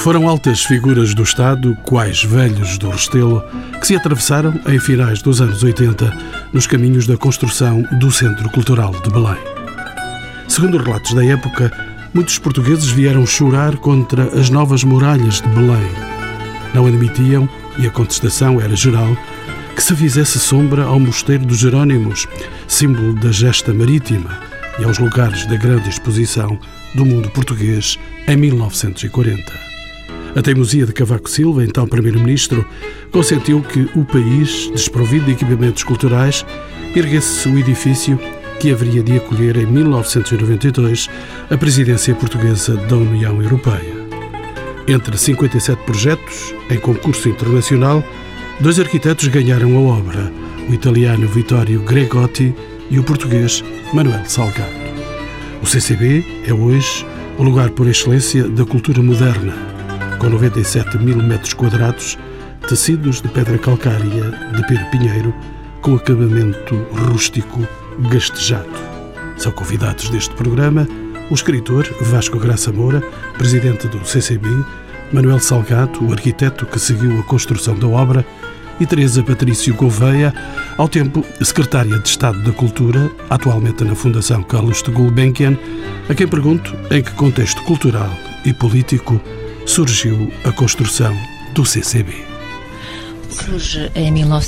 Foram altas figuras do Estado, quais velhos do Restelo, que se atravessaram em finais dos anos 80 nos caminhos da construção do Centro Cultural de Belém. Segundo os relatos da época, muitos portugueses vieram chorar contra as novas muralhas de Belém. Não admitiam, e a contestação era geral, que se fizesse sombra ao Mosteiro dos Jerónimos, símbolo da gesta marítima, e aos lugares da grande exposição do mundo português em 1940. A teimosia de Cavaco Silva, então Primeiro-Ministro, consentiu que o país, desprovido de equipamentos culturais, erguesse o edifício que haveria de acolher em 1992 a presidência portuguesa da União Europeia. Entre 57 projetos, em concurso internacional, 2 arquitetos ganharam a obra, o italiano Vittorio Gregotti e o português Manuel Salgado. O CCB é hoje o lugar por excelência da cultura moderna, com 97 mil metros quadrados, tecidos de pedra calcária de Pedro Pinheiro, com acabamento rústico gastejado. São convidados deste programa o escritor Vasco Graça Moura, presidente do CCB, Manuel Salgado, o arquiteto que seguiu a construção da obra, e Teresa Patrício Gouveia, ao tempo secretária de Estado da Cultura, atualmente na Fundação Carlos de Gulbenkian, a quem pergunto em que contexto cultural e político surgiu a construção do CCB. Surge em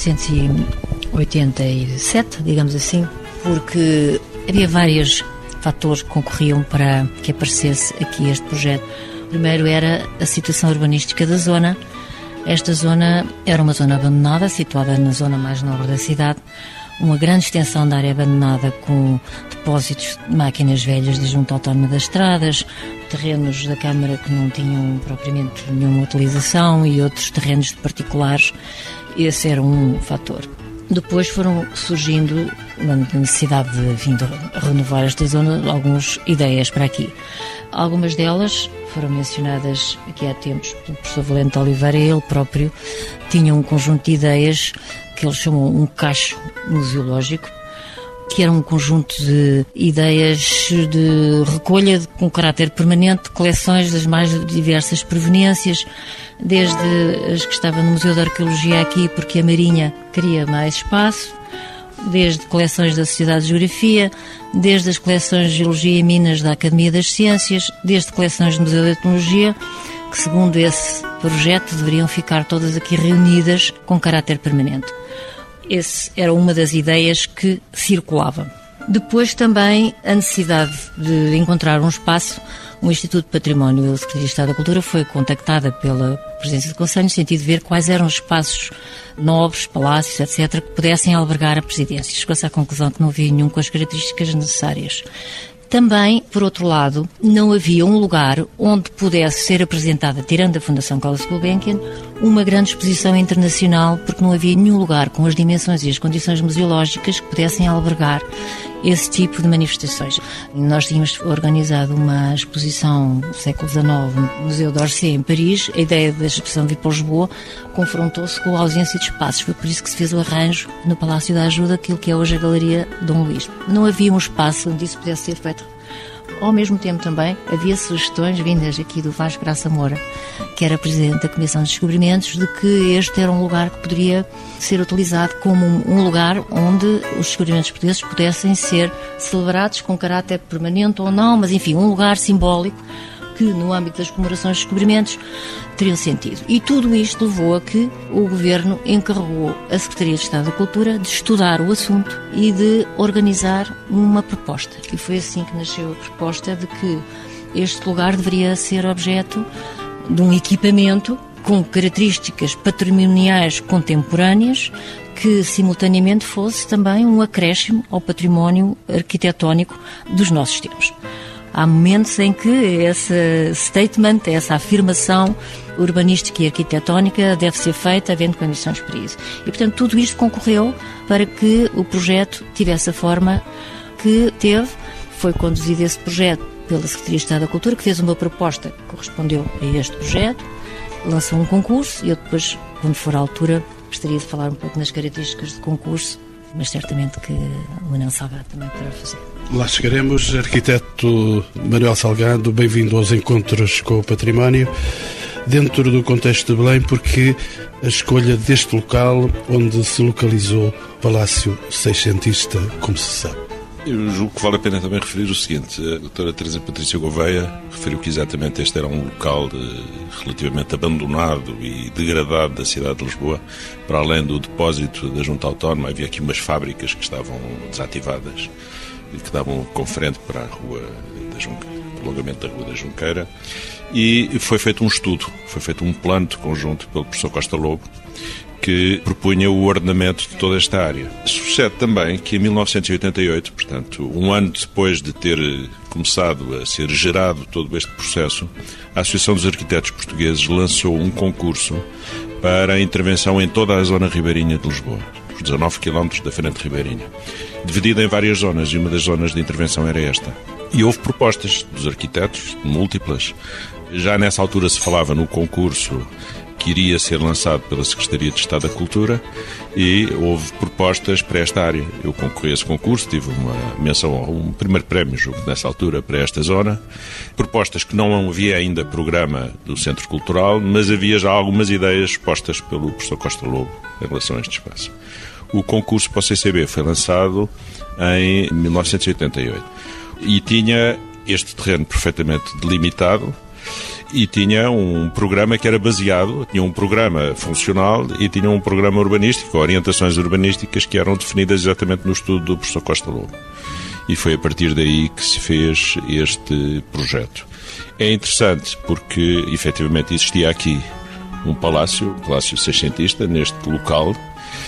1987, digamos assim, porque havia vários fatores que concorriam para que aparecesse aqui este projeto. O primeiro era a situação urbanística da zona. Esta zona era uma zona abandonada, situada na zona mais nobre da cidade, uma grande extensão da área abandonada com depósitos de máquinas velhas de junta autónoma das estradas, terrenos da Câmara que não tinham propriamente nenhuma utilização e outros terrenos de particulares. Esse era um fator. Depois foram surgindo, na necessidade de renovar esta zona, algumas ideias para aqui. Algumas delas foram mencionadas aqui há tempos pelo professor Valente Oliveira. Ele próprio tinha um conjunto de ideias que ele chamou um cacho museológico, que era um conjunto de ideias de recolha com caráter permanente de coleções das mais diversas proveniências, desde as que estavam no Museu de Arqueologia aqui, porque a Marinha queria mais espaço, desde coleções da Sociedade de Geografia, desde as coleções de Geologia e Minas da Academia das Ciências, desde coleções do Museu de Etnologia, que segundo esse projeto deveriam ficar todas aqui reunidas com caráter permanente. Essa era uma das ideias que circulava. Depois também a necessidade de encontrar um espaço. O Instituto de Património e a Secretaria de Estado da Cultura foi contactada pela Presidência do Conselho no sentido de ver quais eram os espaços nobres, palácios, etc., que pudessem albergar a Presidência. Chegou-se à conclusão que não havia nenhum com as características necessárias. Também, por outro lado, não havia um lugar onde pudesse ser apresentada, tirando a Fundação Carlos Gulbenkian, uma grande exposição internacional, porque não havia nenhum lugar com as dimensões e as condições museológicas que pudessem albergar esse tipo de manifestações. Nós tínhamos organizado uma exposição do século XIX no Museu d'Orsay, em Paris. A ideia da exposição vir para Lisboa confrontou-se com a ausência de espaços. Foi por isso que se fez o arranjo no Palácio da Ajuda, aquilo que é hoje a Galeria Dom Luís. Não havia um espaço onde isso pudesse ser feito. Ao mesmo tempo também havia sugestões vindas aqui do Vasco Graça Moura, que era presidente da Comissão de Descobrimentos, de que este era um lugar que poderia ser utilizado como um lugar onde os descobrimentos portugueses pudessem ser celebrados com caráter permanente ou não, mas enfim, um lugar simbólico que no âmbito das comemorações de descobrimentos teriam sentido. E tudo isto levou a que o Governo encarregou a Secretaria de Estado da Cultura de estudar o assunto e de organizar uma proposta. E foi assim que nasceu a proposta de que este lugar deveria ser objeto de um equipamento com características patrimoniais contemporâneas que simultaneamente fosse também um acréscimo ao património arquitetónico dos nossos tempos. Há momentos em que esse statement, essa afirmação urbanística e arquitetónica deve ser feita havendo condições para isso. E, portanto, tudo isto concorreu para que o projeto tivesse a forma que teve. Foi conduzido esse projeto pela Secretaria de Estado da Cultura, que fez uma proposta que correspondeu a este projeto, lançou um concurso e eu depois, quando for à altura, gostaria de falar um pouco nas características do concurso, mas certamente que o Manuel Salgado também poderá fazer. Lá chegaremos. Arquiteto Manuel Salgado, bem-vindo aos Encontros com o Património. dentro do contexto de Belém, porque a escolha deste local onde se localizou o Palácio Seiscentista, como se sabe? Eu julgo que vale a pena também referir o seguinte: a doutora Teresa Patrícia Gouveia referiu que exatamente este era um local relativamente abandonado e degradado da cidade de Lisboa. Para além do depósito da Junta Autónoma, havia aqui umas fábricas que estavam desativadas e que davam com frente para a Rua da Junqueira, prolongamento da Rua da Junqueira, e foi feito um estudo, foi feito um plano de conjunto pelo professor Costa Lobo, que propunha o ordenamento de toda esta área. Sucede também que em 1988, portanto, um ano depois de ter começado a ser gerado todo este processo, a Associação dos Arquitetos Portugueses lançou um concurso para a intervenção em toda a zona ribeirinha de Lisboa, os 19 km da frente ribeirinha, dividida em várias zonas, e uma das zonas de intervenção era esta. E houve propostas dos arquitetos, múltiplas. Já nessa altura se falava no concurso que iria ser lançado pela Secretaria de Estado da Cultura, e houve propostas para esta área. Eu concorri a esse concurso, tive uma menção, um primeiro prémio, julgo, nessa altura, para esta zona. Propostas que não havia ainda programa do Centro Cultural, mas havia já algumas ideias expostas pelo professor Costa Lobo em relação a este espaço. O concurso para o CCB foi lançado em 1988 e tinha este terreno perfeitamente delimitado, e tinha um programa que era baseado, tinha um programa funcional e tinha um programa urbanístico, orientações urbanísticas que eram definidas exatamente no estudo do professor Costa Lobo. E foi a partir daí que se fez este projeto. É interessante porque, efetivamente, existia aqui um palácio seiscentista, neste local,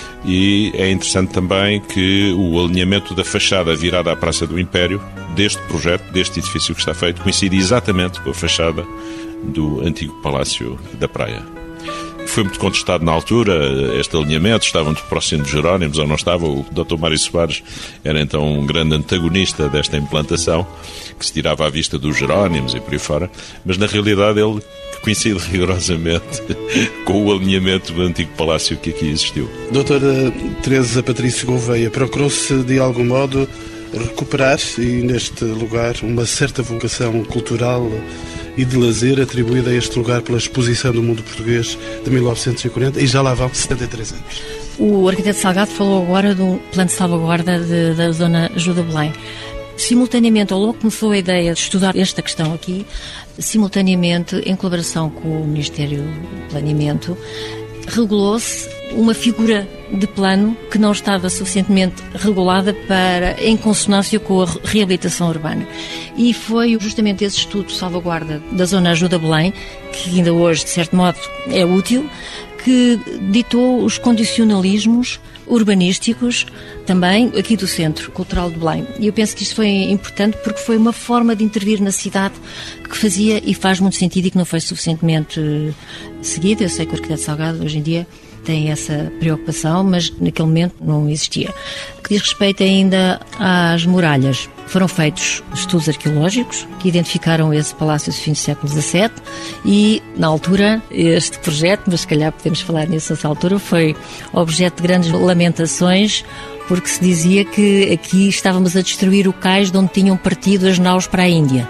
e é interessante também que o alinhamento da fachada virada à Praça do Império, deste projeto, deste edifício que está feito, coincide exatamente com a fachada do antigo Palácio da Praia. Foi muito contestado na altura este alinhamento, estava muito próximo dos Jerónimos, ou não estava. O Dr. Mário Soares era então um grande antagonista desta implantação, que se tirava à vista dos Jerónimos e por aí fora, mas na realidade ele coincide rigorosamente com o alinhamento do antigo palácio que aqui existiu. Doutora Teresa Patrícia Gouveia, procurou-se de algum modo recuperar, e neste lugar, uma certa vocação cultural e de lazer atribuída a este lugar pela Exposição do Mundo Português de 1940, e já lá vão 73 anos. O arquiteto Salgado falou agora do plano de salvaguarda da zona Ajuda Belém. Simultaneamente, ao logo começou a ideia de estudar esta questão aqui, simultaneamente, em colaboração com o Ministério do Planeamento, regulou-se uma figura de plano que não estava suficientemente regulada em consonância com a reabilitação urbana. E foi justamente esse estudo de salvaguarda da zona Ajuda Belém, que ainda hoje, de certo modo, é útil, que ditou os condicionalismos urbanísticos também aqui do Centro Cultural de Belém. E eu penso que isto foi importante porque foi uma forma de intervir na cidade que fazia e faz muito sentido e que não foi suficientemente seguida. Eu sei que o arquiteto Salgado hoje em dia tem essa preocupação, mas naquele momento não existia. O que diz respeito ainda às muralhas, foram feitos estudos arqueológicos que identificaram esse palácio do fim do século XVII e, na altura, este projeto, mas se calhar podemos falar nisso nessa altura, foi objeto de grandes lamentações, porque se dizia que aqui estávamos a destruir o cais de onde tinham partido as naus para a Índia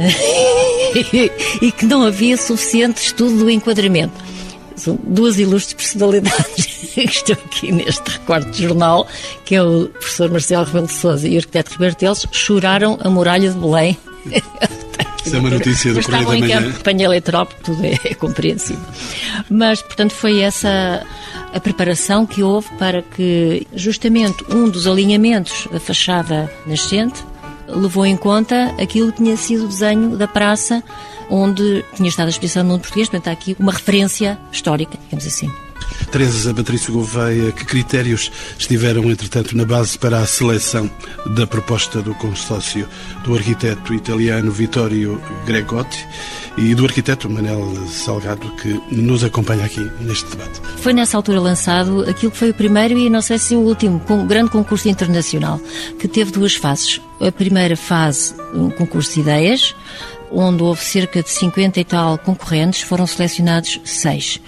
e que não havia suficiente estudo do enquadramento. São duas ilustres personalidades que estão aqui neste recorte de jornal, que é o professor Marcelo Rebelo de Sousa e o arquiteto Ribeiro Teles, choraram a muralha de Belém. Isso é uma notícia do Correio da Manhã. Estavam em campanha eleitoral, porque tudo é compreensível. Mas, portanto, foi essa a preparação que houve para que, justamente, um dos alinhamentos da fachada nascente levou em conta aquilo que tinha sido o desenho da praça onde tinha estado a exposição do mundo português. Portanto, há aqui uma referência histórica, digamos assim. Teresa Patrícia Gouveia, que critérios estiveram, entretanto, na base para a seleção da proposta do consórcio do arquiteto italiano Vittorio Gregotti e do arquiteto Manel Salgado, que nos acompanha aqui neste debate? Foi nessa altura lançado aquilo que foi o primeiro e não sei se o último grande concurso internacional, que teve duas fases. A primeira fase, um concurso de ideias, onde houve cerca de 50 e tal concorrentes, foram selecionados 6.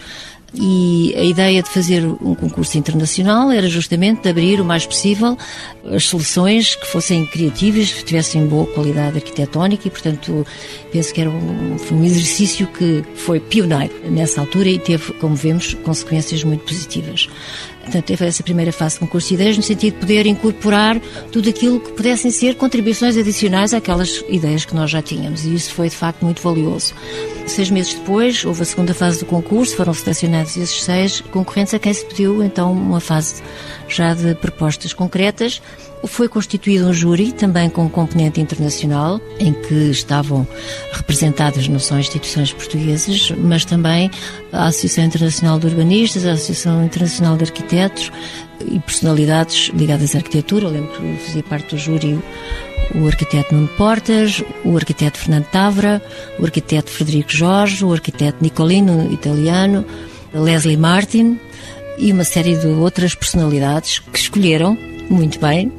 E a ideia de fazer um concurso internacional era justamente de abrir o mais possível as seleções que fossem criativas, que tivessem boa qualidade arquitetónica e, portanto, penso que foi um exercício que foi pioneiro nessa altura e teve, como vemos, consequências muito positivas. Portanto, teve essa primeira fase de concurso de ideias no sentido de poder incorporar tudo aquilo que pudessem ser contribuições adicionais àquelas ideias que nós já tínhamos, e isso foi, de facto, muito valioso. 6 meses depois, houve a segunda fase do concurso, foram selecionados esses 6 concorrentes a quem se pediu, então, uma fase já de propostas concretas. Foi constituído um júri, também com componente internacional, em que estavam representadas não só instituições portuguesas, mas também a Associação Internacional de Urbanistas, a Associação Internacional de Arquitetos e personalidades ligadas à arquitetura. Eu lembro que fazia parte do júri o arquiteto Nuno Portas, o arquiteto Fernando Távora, o arquiteto Frederico Jorge, o arquiteto Nicolino, italiano, Leslie Martin e uma série de outras personalidades que escolheram muito bem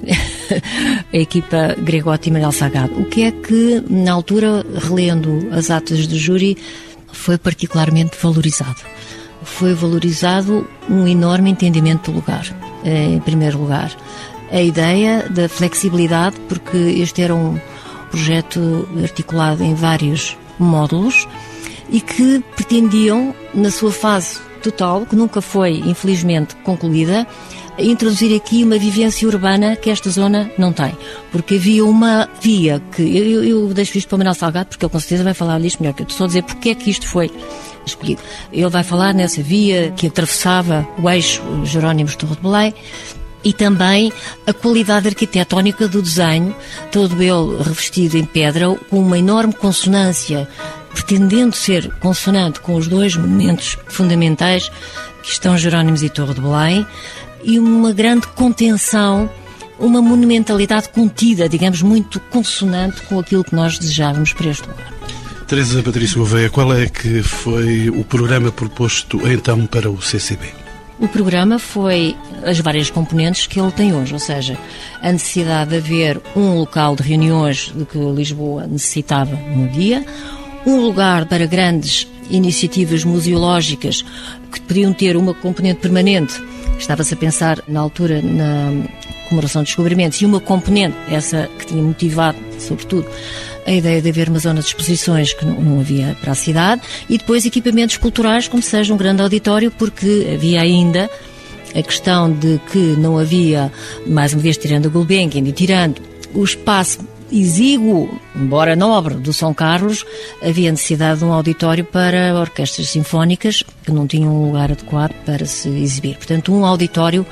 a equipa Gregotti e Manuel Salgado. O que é que, na altura, relendo as atas do júri, foi particularmente valorizado? Foi valorizado um enorme entendimento do lugar, em primeiro lugar. A ideia da flexibilidade, porque este era um projeto articulado em vários módulos e que pretendiam, na sua fase total, que nunca foi, infelizmente, concluída, introduzir aqui uma vivência urbana que esta zona não tem. Porque havia uma via que... Eu deixo isto para o Manuel Salgado, porque ele com certeza vai falar disto melhor que eu. Estou só a dizer porque é que isto foi escolhido. Ele vai falar nessa via que atravessava o eixo Jerónimos Torre de Belém e também a qualidade arquitetónica do desenho, todo ele revestido em pedra, com uma enorme consonância, pretendendo ser consonante com os 2 monumentos fundamentais que estão Jerónimos e Torre de Belém, e uma grande contenção, uma monumentalidade contida, digamos, muito consonante com aquilo que nós desejávamos para este lugar. Teresa Patrício Gouveia, qual é que foi o programa proposto então para o CCB? O programa foi as várias componentes que ele tem hoje, ou seja, a necessidade de haver um local de reuniões de que Lisboa necessitava, não havia, um lugar para grandes iniciativas museológicas que podiam ter uma componente permanente. Estava-se a pensar, na altura, na comemoração de descobrimentos, e uma componente, essa que tinha motivado, sobretudo, a ideia de haver uma zona de exposições que não havia para a cidade, e depois equipamentos culturais, como seja um grande auditório, porque havia ainda a questão de que não havia, mais uma vez, tirando a Gulbenkian e tirando o espaço exíguo, embora nobre, do São Carlos, havia necessidade de um auditório para orquestras sinfónicas que não tinham um lugar adequado para se exibir. Portanto, um auditório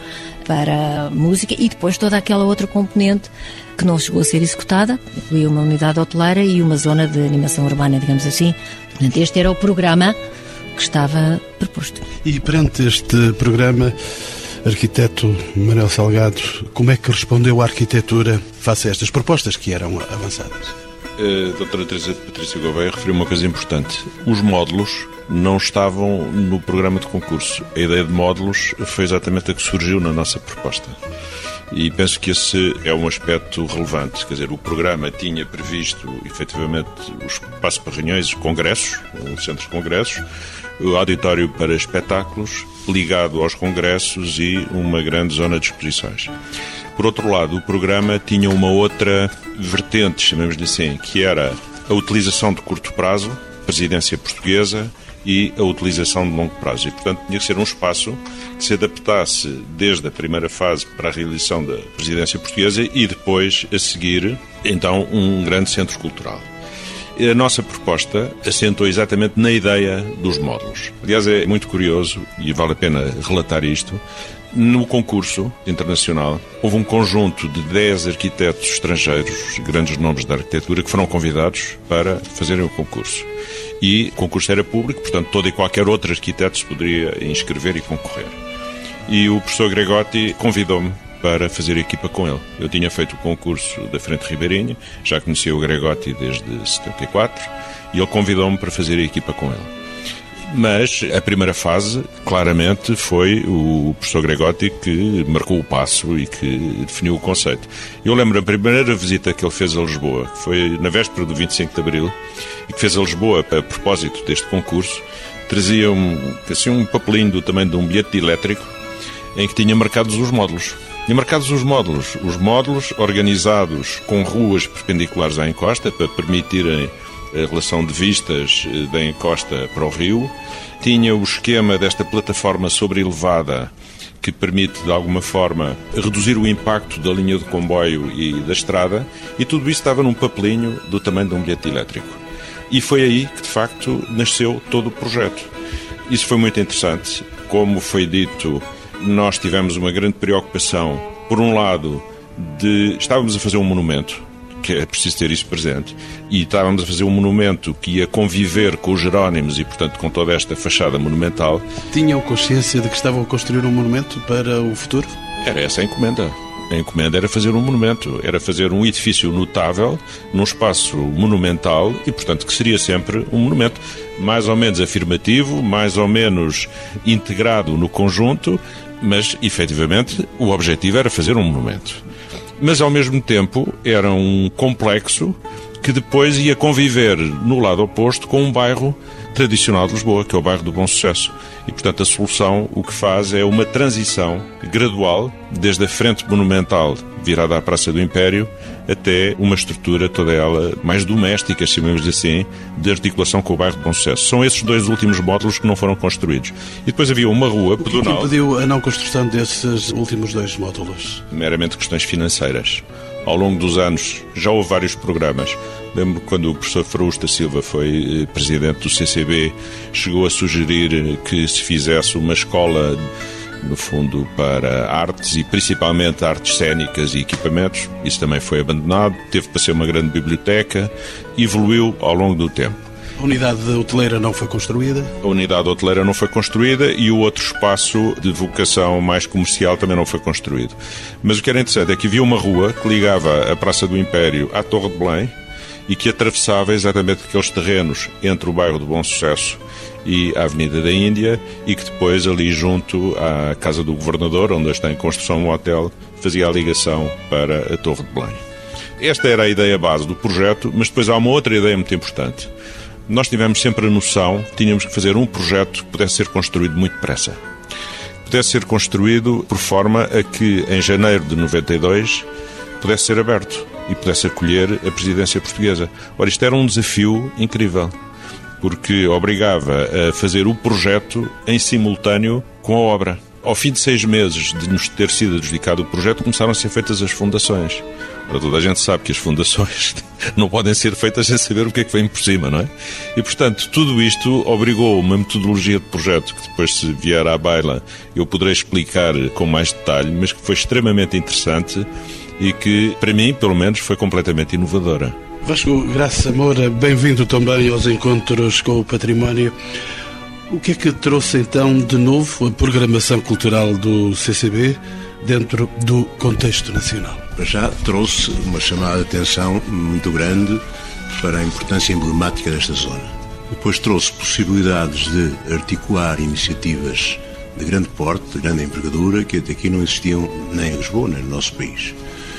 para música e depois toda aquela outra componente que não chegou a ser executada, incluía uma unidade hoteleira e uma zona de animação urbana, digamos assim. Portanto, este era o programa que estava proposto. E perante este programa, arquiteto Manuel Salgado, como é que respondeu a arquitetura face a estas propostas que eram avançadas? A doutora Teresa Patrício Gouveia referiu uma coisa importante. Os módulos não estavam no programa de concurso. A ideia de módulos foi exatamente a que surgiu na nossa proposta. E penso que esse é um aspecto relevante. Quer dizer, o programa tinha previsto, efetivamente, o espaço para reuniões, congressos, um centro de congressos, o auditório para espetáculos, ligado aos congressos e uma grande zona de exposições. Por outro lado, o programa tinha uma outra vertente, chamemos-lhe assim, que era a utilização de curto prazo, presidência portuguesa, e a utilização de longo prazo. E, portanto, tinha que ser um espaço que se adaptasse desde a primeira fase para a realização da presidência portuguesa e depois, a seguir, então, um grande centro cultural. A nossa proposta assentou exatamente na ideia dos módulos. Aliás, é muito curioso, e vale a pena relatar isto, no concurso internacional houve um conjunto de 10 arquitetos estrangeiros, grandes nomes da arquitetura, que foram convidados para fazerem o concurso. E o concurso era público, portanto todo e qualquer outro arquiteto se poderia inscrever e concorrer. E o professor Gregotti convidou-me para fazer equipa com ele. Eu tinha feito o concurso da Frente Ribeirinha, já conhecia o Gregotti desde 74, e ele convidou-me para fazer a equipa com ele. Mas a primeira fase, claramente, foi o professor Gregotti que marcou o passo e que definiu o conceito. Eu lembro a primeira visita que ele fez a Lisboa, que foi na véspera do 25 de Abril, e que fez a Lisboa a propósito deste concurso, trazia um papelinho do tamanho de um bilhete elétrico em que tinha marcados os módulos. E marcados os módulos organizados com ruas perpendiculares à encosta para permitirem a relação de vistas da encosta para o rio. Tinha o esquema desta plataforma sobrelevada que permite, de alguma forma, reduzir o impacto da linha de comboio e da estrada, e tudo isso estava num papelinho do tamanho de um bilhete elétrico. E foi aí que, de facto, nasceu todo o projeto. Isso foi muito interessante. Como foi dito, nós tivemos uma grande preocupação, por um lado, estávamos a fazer um monumento, que é preciso ter isso presente, e estávamos a fazer um monumento que ia conviver com os Jerónimos e, portanto, com toda esta fachada monumental. Tinham consciência de que estavam a construir um monumento para o futuro? Era essa a encomenda. A encomenda era fazer um monumento, era fazer um edifício notável, num espaço monumental e, portanto, que seria sempre um monumento mais ou menos afirmativo, mais ou menos integrado no conjunto, mas, efetivamente, o objetivo era fazer um monumento. Mas, ao mesmo tempo, era um complexo que depois ia conviver no lado oposto com um bairro tradicional de Lisboa, que é o bairro do Bom Sucesso. E, portanto, a solução o que faz é uma transição gradual, desde a frente monumental virada à Praça do Império, até uma estrutura toda ela mais doméstica, chamemos assim, de articulação com o bairro de Bom Sucesso. São esses dois últimos módulos que não foram construídos. E depois havia uma rua pedonal. O que impediu a não construção desses últimos dois módulos? Meramente questões financeiras. Ao longo dos anos já houve vários programas. Lembro quando o professor Frausto da Silva foi presidente do CCB, chegou a sugerir que se fizesse uma escola, no fundo, para artes e principalmente artes cênicas e equipamentos. Isso também foi abandonado. Teve para ser uma grande biblioteca. Evoluiu ao longo do tempo. A unidade hoteleira não foi construída? A unidade hoteleira não foi construída e o outro espaço de vocação mais comercial também não foi construído. Mas o que era interessante é que havia uma rua que ligava a Praça do Império à Torre de Belém e que atravessava exatamente aqueles terrenos entre o bairro do Bom Sucesso e a Avenida da Índia e que depois, ali junto à Casa do Governador, onde está em construção um hotel, fazia a ligação para a Torre de Belém. Esta era a ideia base do projeto, mas depois há uma outra ideia muito importante. Nós tivemos sempre a noção que tínhamos que fazer um projeto que pudesse ser construído muito depressa. Pudesse ser construído por forma a que, em janeiro de 92, pudesse ser aberto e pudesse acolher a presidência portuguesa. Ora, isto era um desafio incrível, porque obrigava a fazer o projeto em simultâneo com a obra. Ao fim de 6 meses de nos ter sido adjudicado o projeto, começaram a ser feitas as fundações. Ora, toda a gente sabe que as fundações não podem ser feitas sem saber o que é que vem por cima, não é? E, portanto, tudo isto obrigou uma metodologia de projeto que depois, se vier à baila, eu poderei explicar com mais detalhe, mas que foi extremamente interessante e que, para mim, pelo menos, foi completamente inovadora. Vasco Graça Moura, bem-vindo também aos Encontros com o Património. O que é que trouxe então de novo a programação cultural do CCB dentro do contexto nacional? Já trouxe uma chamada de atenção muito grande para a importância emblemática desta zona. Depois trouxe possibilidades de articular iniciativas de grande porte, de grande envergadura, que até aqui não existiam nem em Lisboa, nem no nosso país.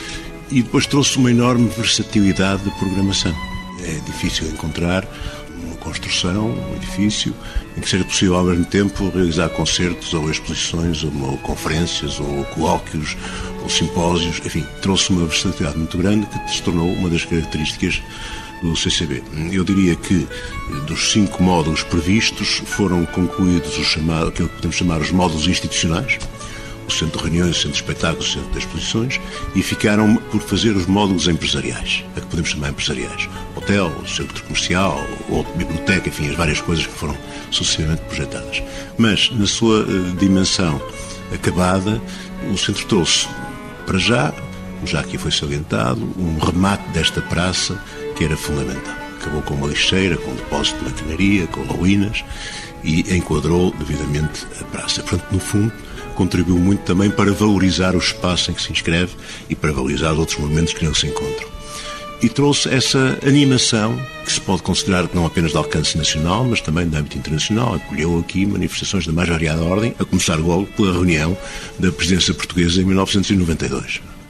E depois trouxe uma enorme versatilidade de programação. É difícil encontrar uma construção, um edifício, em que seja possível ao mesmo tempo realizar concertos ou exposições ou conferências ou colóquios ou simpósios, enfim, trouxe uma versatilidade muito grande que se tornou uma das características do CCB. Eu diria que dos 5 módulos previstos foram concluídos aquilo que podemos chamar os módulos institucionais, o centro de reuniões, o centro de espetáculos, o centro de exposições, e ficaram por fazer os módulos empresariais, a que podemos chamar empresariais. Hotel, centro comercial, ou biblioteca, enfim, as várias coisas que foram sucessivamente projetadas. Mas, na sua dimensão acabada, o centro trouxe, para já aqui foi salientado, um remate desta praça que era fundamental. Acabou com uma lixeira, com um depósito de maquinaria, com ruínas, e enquadrou devidamente a praça. Portanto, no fundo, contribuiu muito também para valorizar o espaço em que se inscreve e para valorizar os outros monumentos que nele se encontram. E trouxe essa animação, que se pode considerar não apenas de alcance nacional, mas também de âmbito internacional. Acolheu aqui manifestações da mais variada ordem, a começar logo pela reunião da presidência portuguesa em 1992.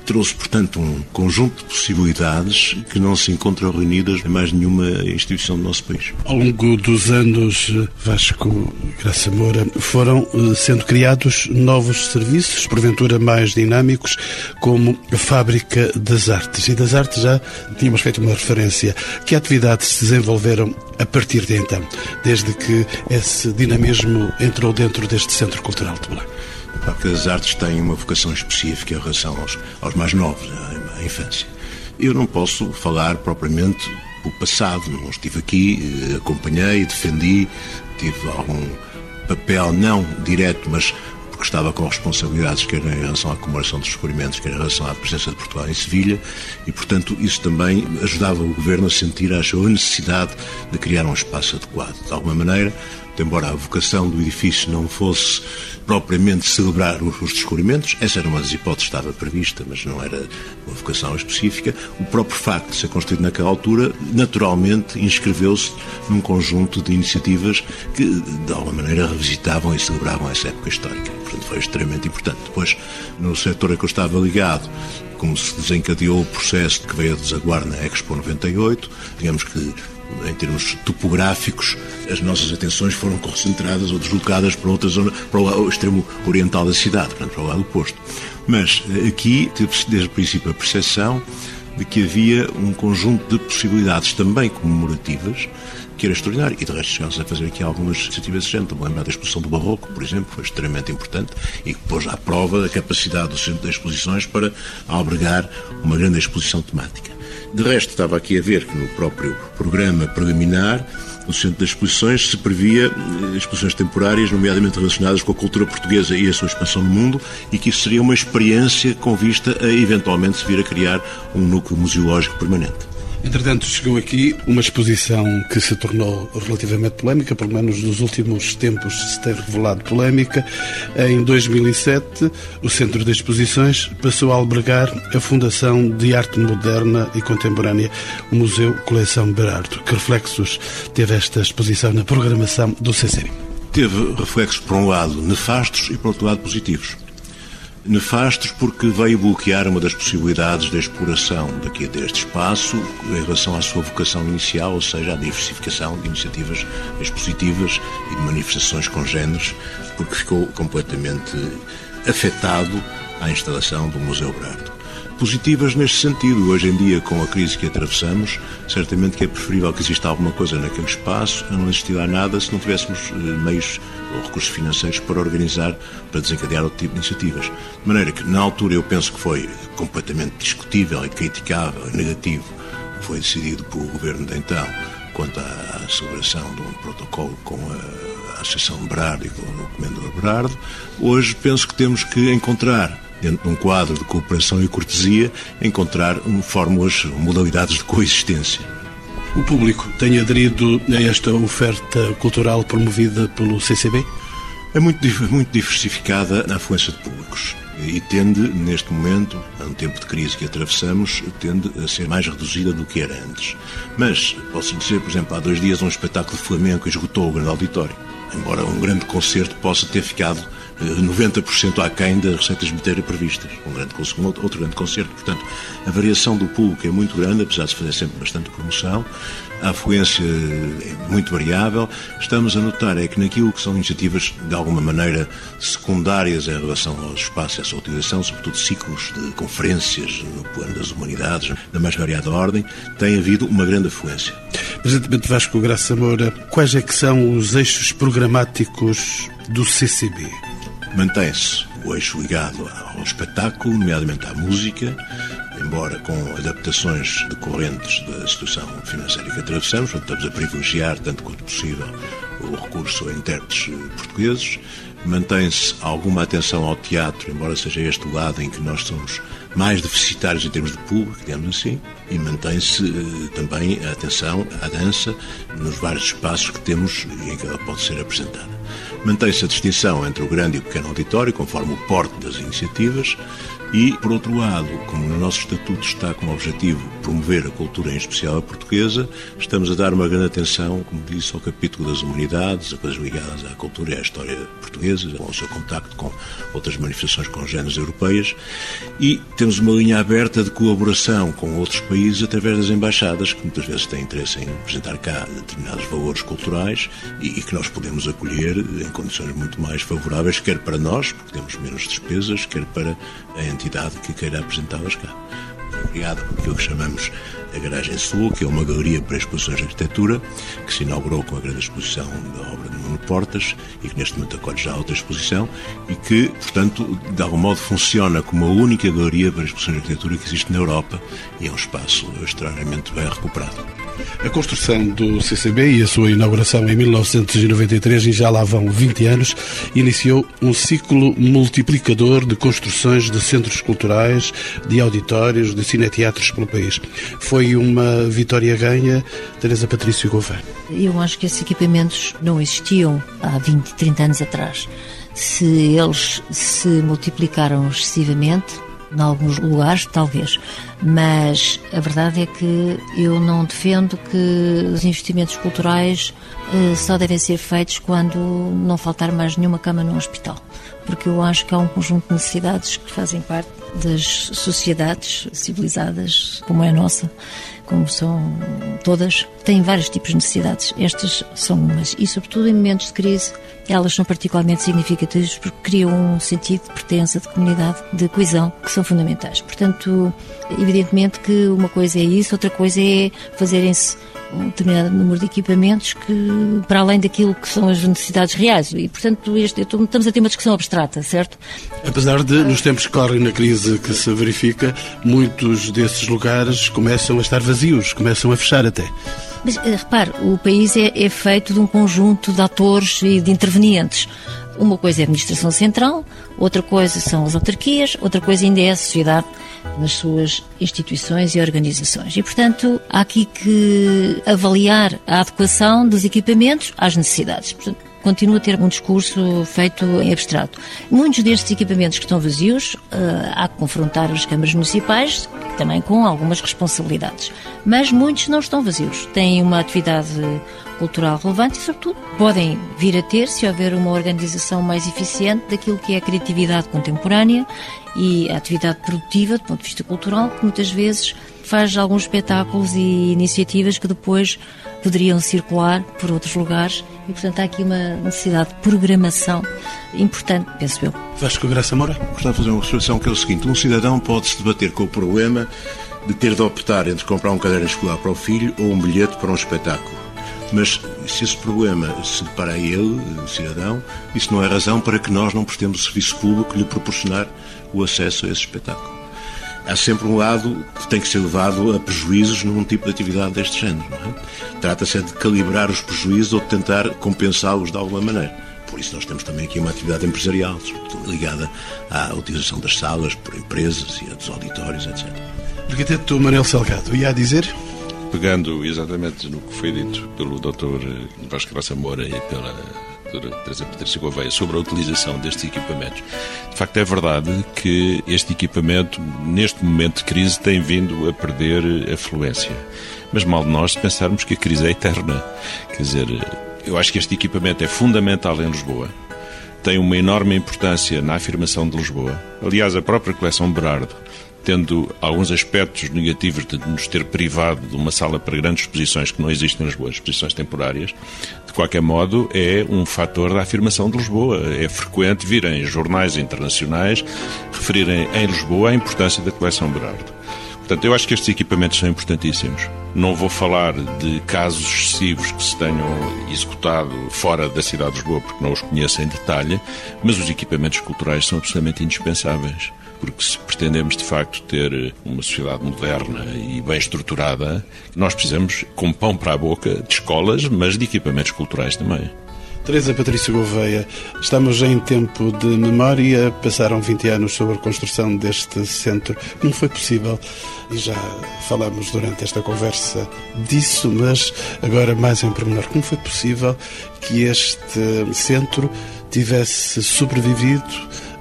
Trouxe, portanto, um conjunto de possibilidades que não se encontram reunidas em mais nenhuma instituição do nosso país. Ao longo dos anos, Vasco Graça Moura, foram sendo criados novos serviços, porventura mais dinâmicos, como a Fábrica das Artes. E das Artes já tínhamos feito uma referência. Que atividades se desenvolveram a partir de então, desde que esse dinamismo entrou dentro deste Centro Cultural de Belém? A Fábrica das Artes tem uma vocação específica em relação aos mais novos, à infância. Eu não posso falar propriamente do passado, não estive aqui, acompanhei, defendi, tive algum papel não direto, mas porque estava com responsabilidades, quer em relação à comemoração dos descobrimentos, quer em relação à presença de Portugal em Sevilha, e, portanto, isso também ajudava o Governo a sentir a sua necessidade de criar um espaço adequado. De alguma maneira, embora a vocação do edifício não fosse propriamente celebrar os descobrimentos, essa era uma das hipóteses que estava prevista, mas não era uma vocação específica, o próprio facto de ser construído naquela altura, naturalmente inscreveu-se num conjunto de iniciativas que, de alguma maneira, revisitavam e celebravam essa época histórica. Portanto, foi extremamente importante. Depois, no setor a que eu estava ligado, como se desencadeou o processo que veio a desaguar na Expo 98, digamos que, em termos topográficos, as nossas atenções foram concentradas ou deslocadas para outra zona, para o extremo oriental da cidade, portanto, para o lado oposto. Mas aqui teve-se desde o princípio a percepção de que havia um conjunto de possibilidades também comemorativas que era extraordinário. E de resto chegamos a fazer aqui algumas iniciativas desse género. Estou-me a lembrar da exposição do Barroco, por exemplo, foi extremamente importante e que pôs à prova a capacidade do Centro de Exposições para albergar uma grande exposição temática. De resto, estava aqui a ver que no próprio programa preliminar do Centro de Exposições se previa exposições temporárias, nomeadamente relacionadas com a cultura portuguesa e a sua expansão no mundo, e que isso seria uma experiência com vista a eventualmente se vir a criar um núcleo museológico permanente. Entretanto, chegou aqui uma exposição que se tornou relativamente polémica, pelo menos nos últimos tempos se tem revelado polémica. Em 2007, o Centro de Exposições passou a albergar a Fundação de Arte Moderna e Contemporânea, o Museu Coleção Berardo. Que reflexos teve esta exposição na programação do CCI? Teve reflexos, por um lado, nefastos e, por outro lado, positivos. Nefastos porque veio bloquear uma das possibilidades da exploração daqui deste espaço em relação à sua vocação inicial, ou seja, a diversificação de iniciativas expositivas e de manifestações congêneres, porque ficou completamente afetado à instalação do Museu Berardo. Positivas neste sentido. Hoje em dia, com a crise que atravessamos, certamente que é preferível que exista alguma coisa naquele espaço a não existir lá nada se não tivéssemos meios ou recursos financeiros para organizar, para desencadear outro tipo de iniciativas. De maneira que, na altura, eu penso que foi completamente discutível e criticável e negativo o que foi decidido pelo Governo de então quanto à celebração de um protocolo com a Associação Berardo e com o Comendador Berardo. Hoje penso que temos que encontrar, dentro de um quadro de cooperação e cortesia, encontrar fórmulas, modalidades de coexistência. O público tem aderido a esta oferta cultural promovida pelo CCB? É muito diversificada a afluência de públicos e tende, neste momento, a um tempo de crise que atravessamos, tende a ser mais reduzida do que era antes. Mas, posso dizer, por exemplo, há 2 dias um espetáculo de flamenco esgotou o grande auditório, embora um grande concerto possa ter ficado 90% aquém das receitas de bilheteira previstas. Outro grande concerto. Portanto, a variação do público é muito grande, apesar de se fazer sempre bastante promoção. A afluência é muito variável. Estamos a notar é que naquilo que são iniciativas, de alguma maneira, secundárias em relação aos espaços e à sua utilização, sobretudo ciclos de conferências no plano das humanidades, da mais variada ordem, tem havido uma grande afluência. Presidente Vasco Graça Moura, quais é que são os eixos programáticos do CCB? Mantém-se o eixo ligado ao espetáculo, nomeadamente à música, embora com adaptações decorrentes da situação financeira que atravessamos, onde estamos a privilegiar, tanto quanto possível, o recurso a intérpretes portugueses. Mantém-se alguma atenção ao teatro, embora seja este o lado em que nós somos mais deficitários em termos de público, digamos assim, e mantém-se também a atenção à dança nos vários espaços que temos em que ela pode ser apresentada. Mantém-se a distinção entre o grande e o pequeno auditório, conforme o porte das iniciativas. E, por outro lado, como no nosso estatuto está como objetivo promover a cultura, em especial a portuguesa, estamos a dar uma grande atenção, como disse, ao capítulo das humanidades, a coisas ligadas à cultura e à história portuguesa, ao seu contacto com outras manifestações congêneres europeias, e temos uma linha aberta de colaboração com outros países através das embaixadas, que muitas vezes têm interesse em apresentar cá determinados valores culturais e que nós podemos acolher em condições muito mais favoráveis, quer para nós, porque temos menos despesas, quer para a entidade que queira apresentá-las cá. Obrigado por aquilo que chamamos a Garagem Sul, que é uma galeria para exposições de arquitetura, que se inaugurou com a grande exposição da obra de Nuno Portas e que neste momento acolhe já outra exposição e que, portanto, de algum modo funciona como a única galeria para exposições de arquitetura que existe na Europa e é um espaço extraordinariamente bem recuperado. A construção do CCB e a sua inauguração em 1993, e já lá vão 20 anos, iniciou um ciclo multiplicador de construções de centros culturais, de auditórios, de cineteatros pelo país. Foi uma vitória ganha, Teresa Patrício Gouveia. Eu acho que esses equipamentos não existiam há 20, 30 anos atrás. Se eles se multiplicaram excessivamente, em alguns lugares, talvez, mas a verdade é que eu não defendo que os investimentos culturais só devem ser feitos quando não faltar mais nenhuma cama no hospital, porque eu acho que há um conjunto de necessidades que fazem parte das sociedades civilizadas, como é a nossa, como são todas, têm vários tipos de necessidades. Estas são umas, e sobretudo em momentos de crise, elas são particularmente significativas porque criam um sentido de pertença, de comunidade, de coesão, que são fundamentais. Portanto, evidentemente que uma coisa é isso, outra coisa é fazerem-se um determinado número de equipamentos que, para além daquilo que são as necessidades reais. E, portanto, estamos a ter uma discussão abstrata, certo? Apesar de, nos tempos que correm, na crise que se verifica, muitos desses lugares começam a estar vazios, começam a fechar até. Mas, repare, o país é feito de um conjunto de atores e de intervenientes. Uma coisa é a administração central, outra coisa são as autarquias, outra coisa ainda é a sociedade nas suas instituições e organizações. E, portanto, há aqui que avaliar a adequação dos equipamentos às necessidades. Portanto, continua a ter um discurso feito em abstrato. Muitos destes equipamentos que estão vazios, há que confrontar as câmaras municipais, também com algumas responsabilidades. Mas muitos não estão vazios. Têm uma atividade cultural relevante e, sobretudo, podem vir a ter, se houver uma organização mais eficiente daquilo que é a criatividade contemporânea e a atividade produtiva, do ponto de vista cultural, que muitas vezes faz alguns espetáculos e iniciativas que depois poderiam circular por outros lugares e, portanto, há aqui uma necessidade de programação importante, penso eu. Vasco Graça Moura? Gostava de fazer uma reflexão que é o seguinte: um cidadão pode-se debater com o problema de ter de optar entre comprar um caderno escolar para o filho ou um bilhete para um espetáculo. Mas se esse problema se depara a ele, cidadão, isso não é razão para que nós não prestemos o serviço público lhe proporcionar o acesso a esse espetáculo. Há sempre um lado que tem que ser levado a prejuízos num tipo de atividade deste género, não é? Trata-se de calibrar os prejuízos ou de tentar compensá-los de alguma maneira. Por isso nós temos também aqui uma atividade empresarial, sobretudo ligada à utilização das salas por empresas e dos auditórios, etc. Arquiteto Manuel Salgado, ia a dizer? Pegando exatamente no que foi dito pelo Dr. Vasco Graça Moura e pela Dra. Teresa Patrício Gouveia sobre a utilização destes equipamentos, de facto é verdade que este equipamento, neste momento de crise, tem vindo a perder afluência. Mas mal de nós se pensarmos que a crise é eterna. Quer dizer, eu acho que este equipamento é fundamental em Lisboa, tem uma enorme importância na afirmação de Lisboa. Aliás, a própria coleção Berardo, tendo alguns aspectos negativos de nos ter privado de uma sala para grandes exposições que não existem em Lisboa, exposições temporárias, de qualquer modo é um fator da afirmação de Lisboa. É frequente virem jornais internacionais referirem em Lisboa a importância da coleção Berardo. Portanto, eu acho que estes equipamentos são importantíssimos. Não vou falar de casos excessivos que se tenham executado fora da cidade de Lisboa, porque não os conheço em detalhe, mas os equipamentos culturais são absolutamente indispensáveis. Porque se pretendemos, de facto, ter uma sociedade moderna e bem estruturada, nós precisamos, com pão para a boca, de escolas, mas de equipamentos culturais também. Teresa Patrício Gouveia, estamos em tempo de memória, passaram 20 anos sobre a construção deste centro. Como foi possível? E já falamos durante esta conversa disso, mas agora mais em pormenor. Como foi possível que este centro tivesse sobrevivido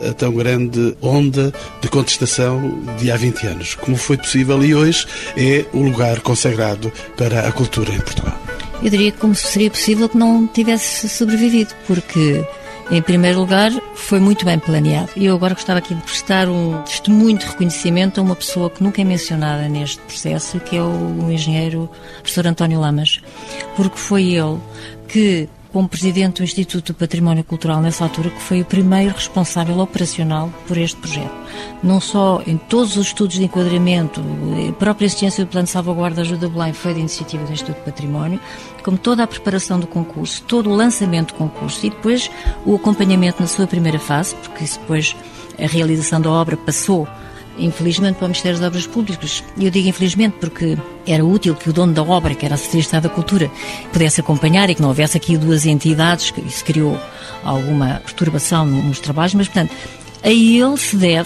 a tão grande onda de contestação de há 20 anos. Como foi possível e hoje é o lugar consagrado para a cultura em Portugal? Eu diria que como seria possível que não tivesse sobrevivido, porque, em primeiro lugar, foi muito bem planeado. E eu agora gostava aqui de prestar um testemunho de reconhecimento a uma pessoa que nunca é mencionada neste processo, que é o engenheiro professor António Lamas, porque foi ele que, como presidente do Instituto do Património Cultural nessa altura, que foi o primeiro responsável operacional por este projeto. Não só em todos os estudos de enquadramento, a própria existência do Plano de Salvaguarda e Ajuda Belém foi de iniciativa do Instituto do Património, como toda a preparação do concurso, todo o lançamento do concurso e depois o acompanhamento na sua primeira fase, porque isso depois a realização da obra passou infelizmente para o Ministério das Obras Públicas. E eu digo infelizmente porque era útil que o dono da obra, que era a Secretaria de Estado da Cultura, pudesse acompanhar e que não houvesse aqui duas entidades, que isso criou alguma perturbação nos trabalhos, mas, portanto, a ele se deve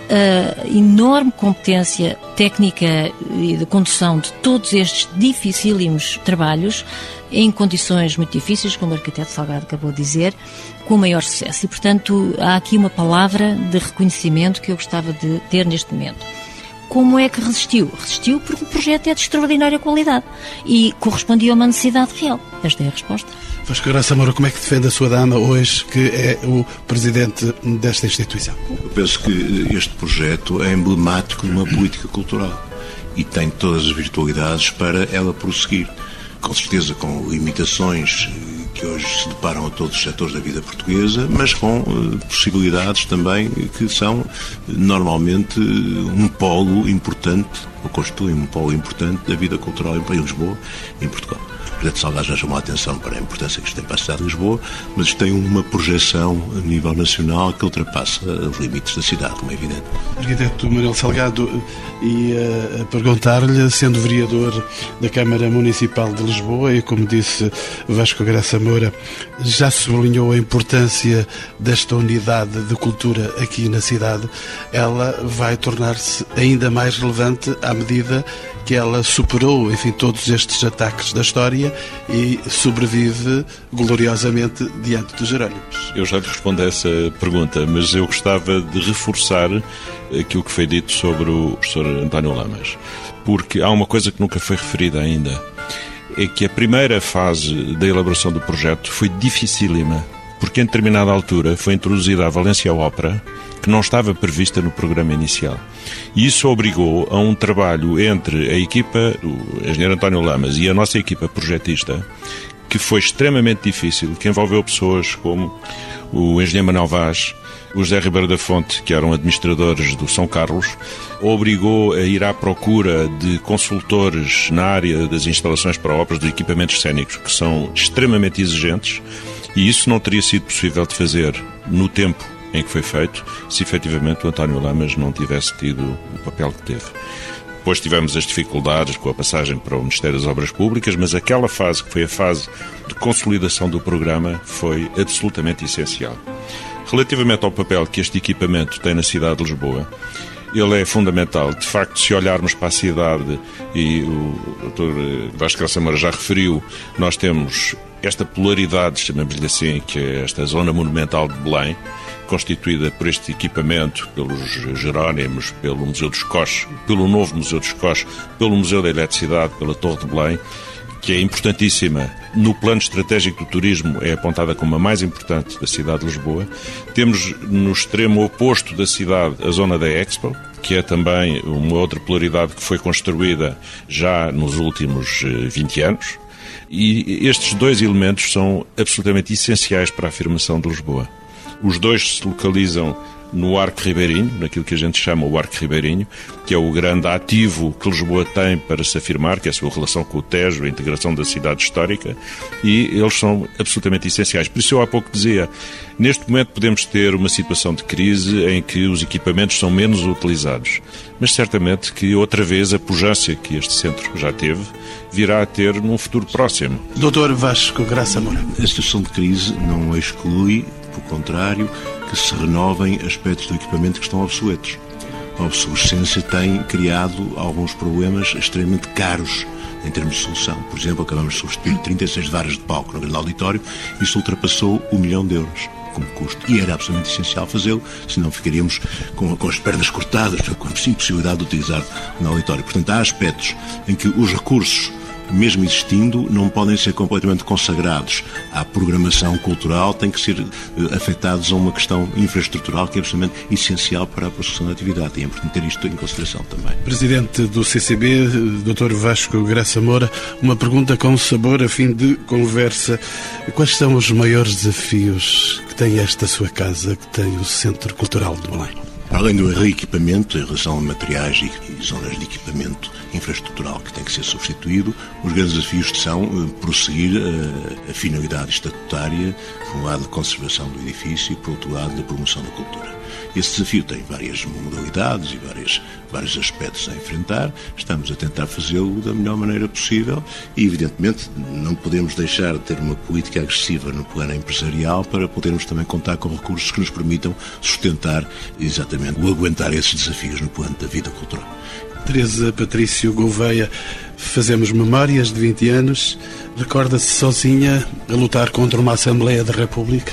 a enorme competência técnica e de condução de todos estes dificílimos trabalhos em condições muito difíceis, como o arquiteto Salgado acabou de dizer, com o maior sucesso. E, portanto, há aqui uma palavra de reconhecimento que eu gostava de ter neste momento. Como é que resistiu? Resistiu porque o projeto é de extraordinária qualidade e correspondia a uma necessidade real. Esta é a resposta. Vasco Graça Moura, como é que defende a sua dama hoje, que é o presidente desta instituição? Eu penso que este projeto é emblemático de uma política cultural e tem todas as virtualidades para ela prosseguir. Com certeza com limitações que hoje se deparam a todos os setores da vida portuguesa, mas com possibilidades também que são normalmente um polo importante, ou constituem um polo importante da vida cultural em Lisboa e em Portugal. O projeto Salgado já chamou a atenção para a importância que isto tem para a cidade de Lisboa, mas isto tem uma projeção a nível nacional que ultrapassa os limites da cidade, como é evidente. Arquiteto Manuel Salgado, e a perguntar-lhe, sendo vereador da Câmara Municipal de Lisboa, e como disse Vasco Graça Moura, já sublinhou a importância desta unidade de cultura aqui na cidade, ela vai tornar-se ainda mais relevante à medida que ela superou, enfim, todos estes ataques da história e sobrevive gloriosamente diante dos Jerónimos. Eu já lhe respondo a essa pergunta, mas eu gostava de reforçar aquilo que foi dito sobre o professor António Lamas, porque há uma coisa que nunca foi referida ainda, é que a primeira fase da elaboração do projeto foi dificílima, porque em determinada altura foi introduzida a Valência Ópera, que não estava prevista no programa inicial. E isso obrigou a um trabalho entre a equipa, o engenheiro António Lamas e a nossa equipa projetista, que foi extremamente difícil, que envolveu pessoas como o engenheiro Manuel Vaz, o José Ribeiro da Fonte, que eram administradores do São Carlos, obrigou a ir à procura de consultores na área das instalações para obras, dos equipamentos cênicos, que são extremamente exigentes, e isso não teria sido possível de fazer no tempo em que foi feito, se efetivamente o António Lamas não tivesse tido o papel que teve. Depois tivemos as dificuldades com a passagem para o Ministério das Obras Públicas, mas aquela fase, que foi a fase de consolidação do programa, foi absolutamente essencial. Relativamente ao papel que este equipamento tem na cidade de Lisboa, ele é fundamental. De facto, se olharmos para a cidade, e o Dr. Vasco Graça Moura já referiu, nós temos esta polaridade, chamamos-lhe assim, que é esta zona monumental de Belém, constituída por este equipamento, pelos Jerónimos, pelo Museu dos Coches, pelo novo Museu dos Coches, pelo Museu da Eletricidade, pela Torre de Belém, que é importantíssima. No plano estratégico do turismo é apontada como a mais importante da cidade de Lisboa. Temos no extremo oposto da cidade a zona da Expo, que é também uma outra polaridade que foi construída já nos últimos 20 anos. E estes dois elementos são absolutamente essenciais para a afirmação de Lisboa. Os dois se localizam no Arco Ribeirinho, naquilo que a gente chama o Arco Ribeirinho, que é o grande ativo que Lisboa tem para se afirmar, que é a sua relação com o Tejo, a integração da cidade histórica, e eles são absolutamente essenciais. Por isso eu há pouco dizia, neste momento podemos ter uma situação de crise em que os equipamentos são menos utilizados, mas certamente que outra vez a pujança que este centro já teve virá a ter num futuro próximo. Dr. Vasco Graça Moura. A situação de crise não exclui, pelo contrário, que se renovem aspectos do equipamento que estão obsoletos. A obsolescência tem criado alguns problemas extremamente caros em termos de solução. Por exemplo, acabamos de substituir 36 varas de palco no grande auditório e isso ultrapassou €1 milhão. como custo. E era absolutamente essencial fazê-lo, senão ficaríamos com as pernas cortadas, com a impossibilidade de utilizar no auditório. Portanto, há aspectos em que os recursos, mesmo existindo, não podem ser completamente consagrados à programação cultural, têm que ser afetados a uma questão infraestrutural que é absolutamente essencial para a prossecução da atividade. E é importante ter isto em consideração também. Presidente do CCB, Dr. Vasco Graça Moura, uma pergunta com sabor a fim de conversa. Quais são os maiores desafios que tem esta sua casa, que tem o Centro Cultural de Belém? Além do reequipamento em relação a materiais e zonas de equipamento infraestrutural que tem que ser substituído, os grandes desafios são prosseguir a finalidade estatutária, por um lado de conservação do edifício e por outro lado da promoção da cultura. Esse desafio tem várias modalidades e vários aspectos a enfrentar. Estamos a tentar fazê-lo da melhor maneira possível e, evidentemente, não podemos deixar de ter uma política agressiva no plano empresarial para podermos também contar com recursos que nos permitam sustentar exatamente o aguentar esses desafios no plano da vida cultural. Teresa Patrício Gouveia, fazemos memórias de 20 anos. Recorda-se sozinha a lutar contra uma Assembleia da República?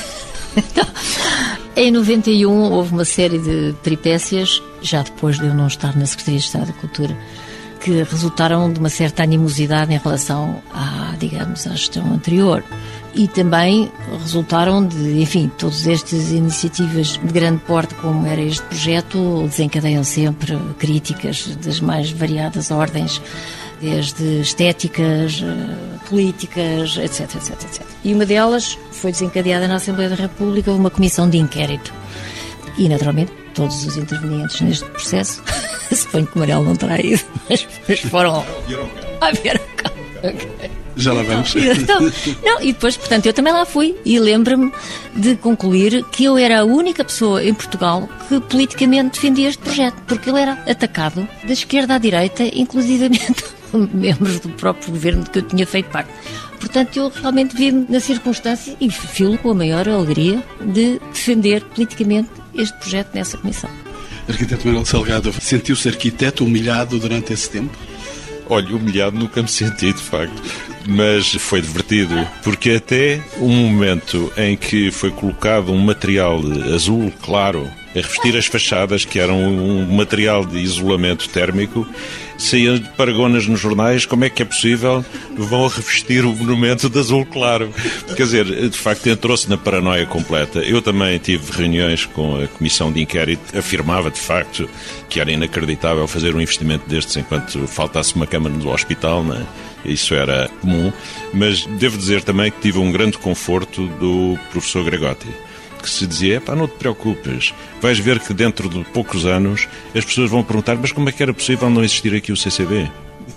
Em 91 houve uma série de peripécias, já depois de eu não estar na Secretaria de Estado da Cultura, que resultaram de uma certa animosidade em relação à gestão anterior. E também resultaram de, todas estas iniciativas de grande porte, como era este projeto, desencadeiam sempre críticas das mais variadas ordens, desde estéticas, políticas, etc. E uma delas foi desencadeada na Assembleia da República uma comissão de inquérito. E, naturalmente, todos os intervenientes neste processo, suponho que o Marelo não terá ido, mas foram a ver o cá. Okay. Já lá vamos. E depois, portanto, eu também lá fui e lembro-me de concluir que eu era a única pessoa em Portugal que politicamente defendia este projeto, porque ele era atacado da esquerda à direita, inclusivamente membros do próprio governo de que eu tinha feito parte. Portanto, eu realmente vi-me na circunstância e filo com a maior alegria de defender politicamente este projeto nessa comissão. Arquiteto Manuel Salgado, sentiu-se arquiteto humilhado durante esse tempo? Olha, humilhado nunca me senti, de facto, mas foi divertido, porque até o momento em que foi colocado um material azul claro a revestir as fachadas, que eram um material de isolamento térmico, saíam de paragonas nos jornais, como é que é possível, vão revestir o monumento de azul claro. Quer dizer, de facto entrou-se na paranoia completa. Eu também tive reuniões com a comissão de inquérito, afirmava de facto que era inacreditável fazer um investimento destes enquanto faltasse uma cama no hospital, não é? Isso era comum, mas devo dizer também que tive um grande conforto do professor Gregotti, que se dizia, não te preocupes, vais ver que dentro de poucos anos as pessoas vão perguntar, mas como é que era possível não existir aqui o CCB?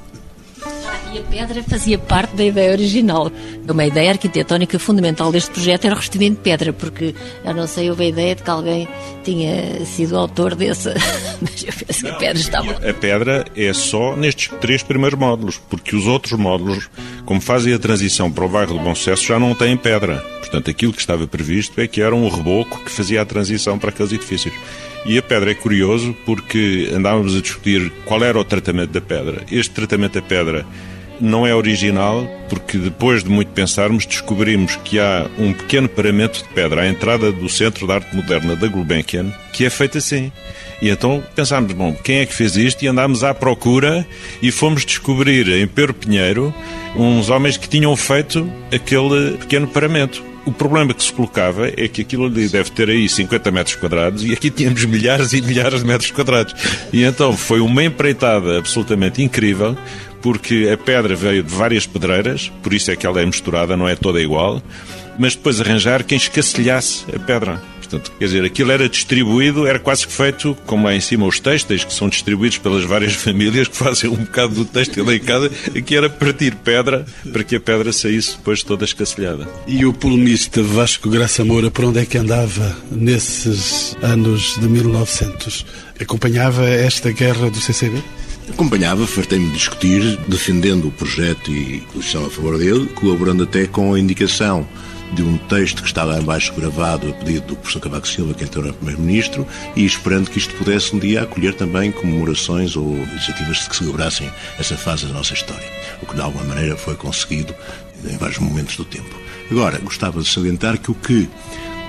E a pedra fazia parte da ideia original. Uma ideia arquitetónica fundamental deste projeto era o revestimento de pedra, porque, eu não sei, houve a ideia de que alguém tinha sido autor desse, mas eu penso que a pedra estava... A pedra é só nestes 3 primeiros módulos, porque os outros módulos, como fazem a transição para o bairro do Bom Sucesso, já não têm pedra. Portanto, aquilo que estava previsto é que era um reboco que fazia a transição para aqueles edifícios. E a pedra é curioso porque andávamos a discutir qual era o tratamento da pedra. Este tratamento da pedra não é original, porque depois de muito pensarmos, descobrimos que há um pequeno paramento de pedra à entrada do Centro de Arte Moderna da Gulbenkian, que é feito assim. E então pensámos, quem é que fez isto? E andámos à procura e fomos descobrir em Pero Pinheiro uns homens que tinham feito aquele pequeno paramento. O problema que se colocava é que aquilo ali deve ter aí 50 metros quadrados e aqui tínhamos milhares e milhares de metros quadrados. E então foi uma empreitada absolutamente incrível, porque a pedra veio de várias pedreiras, por isso é que ela é misturada, não é toda igual, mas depois arranjar quem escasselhasse a pedra. Portanto, quer dizer, aquilo era distribuído, era quase que feito, como lá em cima os têxteis, que são distribuídos pelas várias famílias que fazem um bocado do têxtil lá em casa, aqui era partir pedra para que a pedra saísse depois toda escasselhada. E o polemista Vasco Graça Moura, por onde é que andava nesses anos de 1900? Acompanhava esta guerra do CCB? Acompanhava, fartei-me de discutir, defendendo o projeto e posição a favor dele, colaborando até com a indicação de um texto que está lá embaixo gravado a pedido do professor Cavaco Silva, que então era primeiro-ministro, e esperando que isto pudesse um dia acolher também comemorações ou iniciativas que celebrassem essa fase da nossa história, o que de alguma maneira foi conseguido em vários momentos do tempo. Agora, gostava de salientar que o que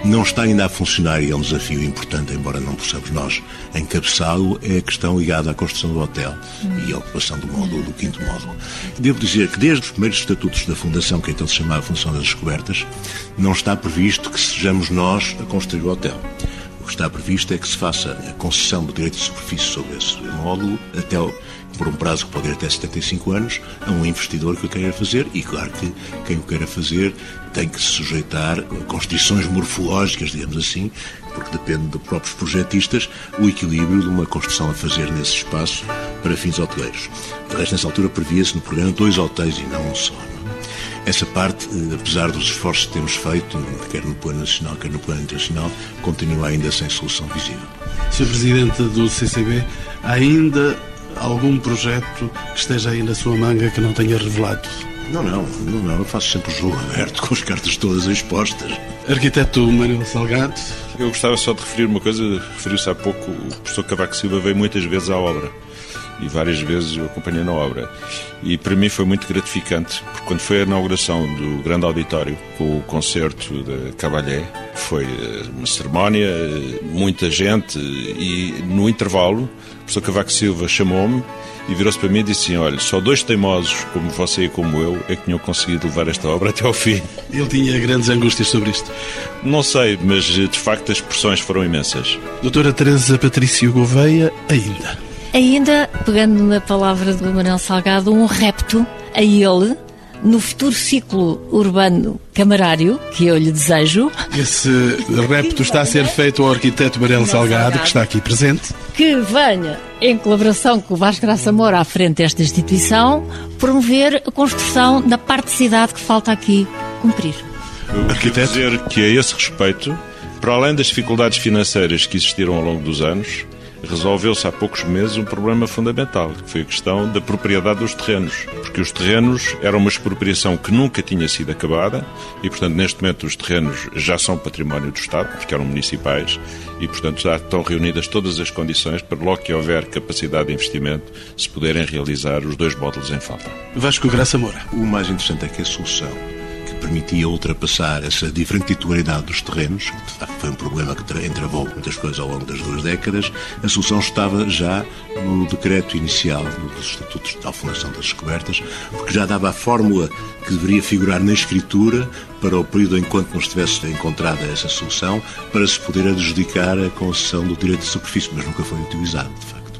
não está ainda a funcionar e é um desafio importante, embora não possamos nós encabeçá-lo, é a questão ligada à construção do hotel e à ocupação do módulo, do 5º módulo. Devo dizer que desde os primeiros estatutos da Fundação, que então se chamava Fundação das Descobertas, não está previsto que sejamos nós a construir o hotel. O que está previsto é que se faça a concessão do direito de superfície sobre esse módulo por um prazo que pode ir até 75 anos, a um investidor que o queira fazer, e claro que quem o queira fazer tem que se sujeitar a constrições morfológicas, digamos assim, porque depende dos próprios projetistas o equilíbrio de uma construção a fazer nesse espaço para fins hoteleiros. De resto, nessa altura previa-se no programa 2 hotéis e não um só. Essa parte, apesar dos esforços que temos feito, quer no plano nacional, quer no plano internacional, continua ainda sem solução visível. Sr. Presidente do CCB, há ainda algum projeto que esteja aí na sua manga que não tenha revelado? Não, eu faço sempre o jogo aberto, com as cartas todas expostas. Arquiteto Manuel Salgado. Eu gostava só de referir uma coisa, referiu-se há pouco, o professor Cavaco Silva veio muitas vezes à obra. E várias vezes eu acompanhei na obra. E para mim foi muito gratificante, porque quando foi a inauguração do grande auditório, com o concerto de Cavalier, foi uma cerimónia, muita gente, e no intervalo, o professor Cavaco Silva chamou-me e virou-se para mim e disse assim: olha, só 2 teimosos como você e como eu é que tinham conseguido levar esta obra até ao fim. Ele tinha grandes angústias sobre isto? Não sei, mas de facto as pressões foram imensas. Doutora Teresa Patrício Gouveia, Ainda, pegando na palavra do Manuel Salgado, um repto a ele, no futuro ciclo urbano camarário, que eu lhe desejo. Esse repto está a ser feito ao arquiteto Manuel Salgado, que está aqui presente. Que venha, em colaboração com o Vasco Graça Moura, à frente desta instituição, promover a construção da parte de cidade que falta aqui cumprir. Eu quero dizer que, a esse respeito, para além das dificuldades financeiras que existiram ao longo dos anos, resolveu-se há poucos meses um problema fundamental, que foi a questão da propriedade dos terrenos. Porque os terrenos eram uma expropriação que nunca tinha sido acabada e, portanto, neste momento os terrenos já são património do Estado, porque eram municipais, e, portanto, já estão reunidas todas as condições para, logo que houver capacidade de investimento, se poderem realizar os 2 módulos em falta. Vasco Graça Moura. O mais interessante é que a solução permitia ultrapassar essa diferente titularidade dos terrenos, que de facto foi um problema que entravou muitas coisas ao longo das 2 décadas, a solução estava já no decreto inicial dos Estatutos da Fundação das Descobertas, porque já dava a fórmula que deveria figurar na escritura para o período enquanto não estivesse encontrada essa solução, para se poder adjudicar a concessão do direito de superfície, mas nunca foi utilizado, de facto.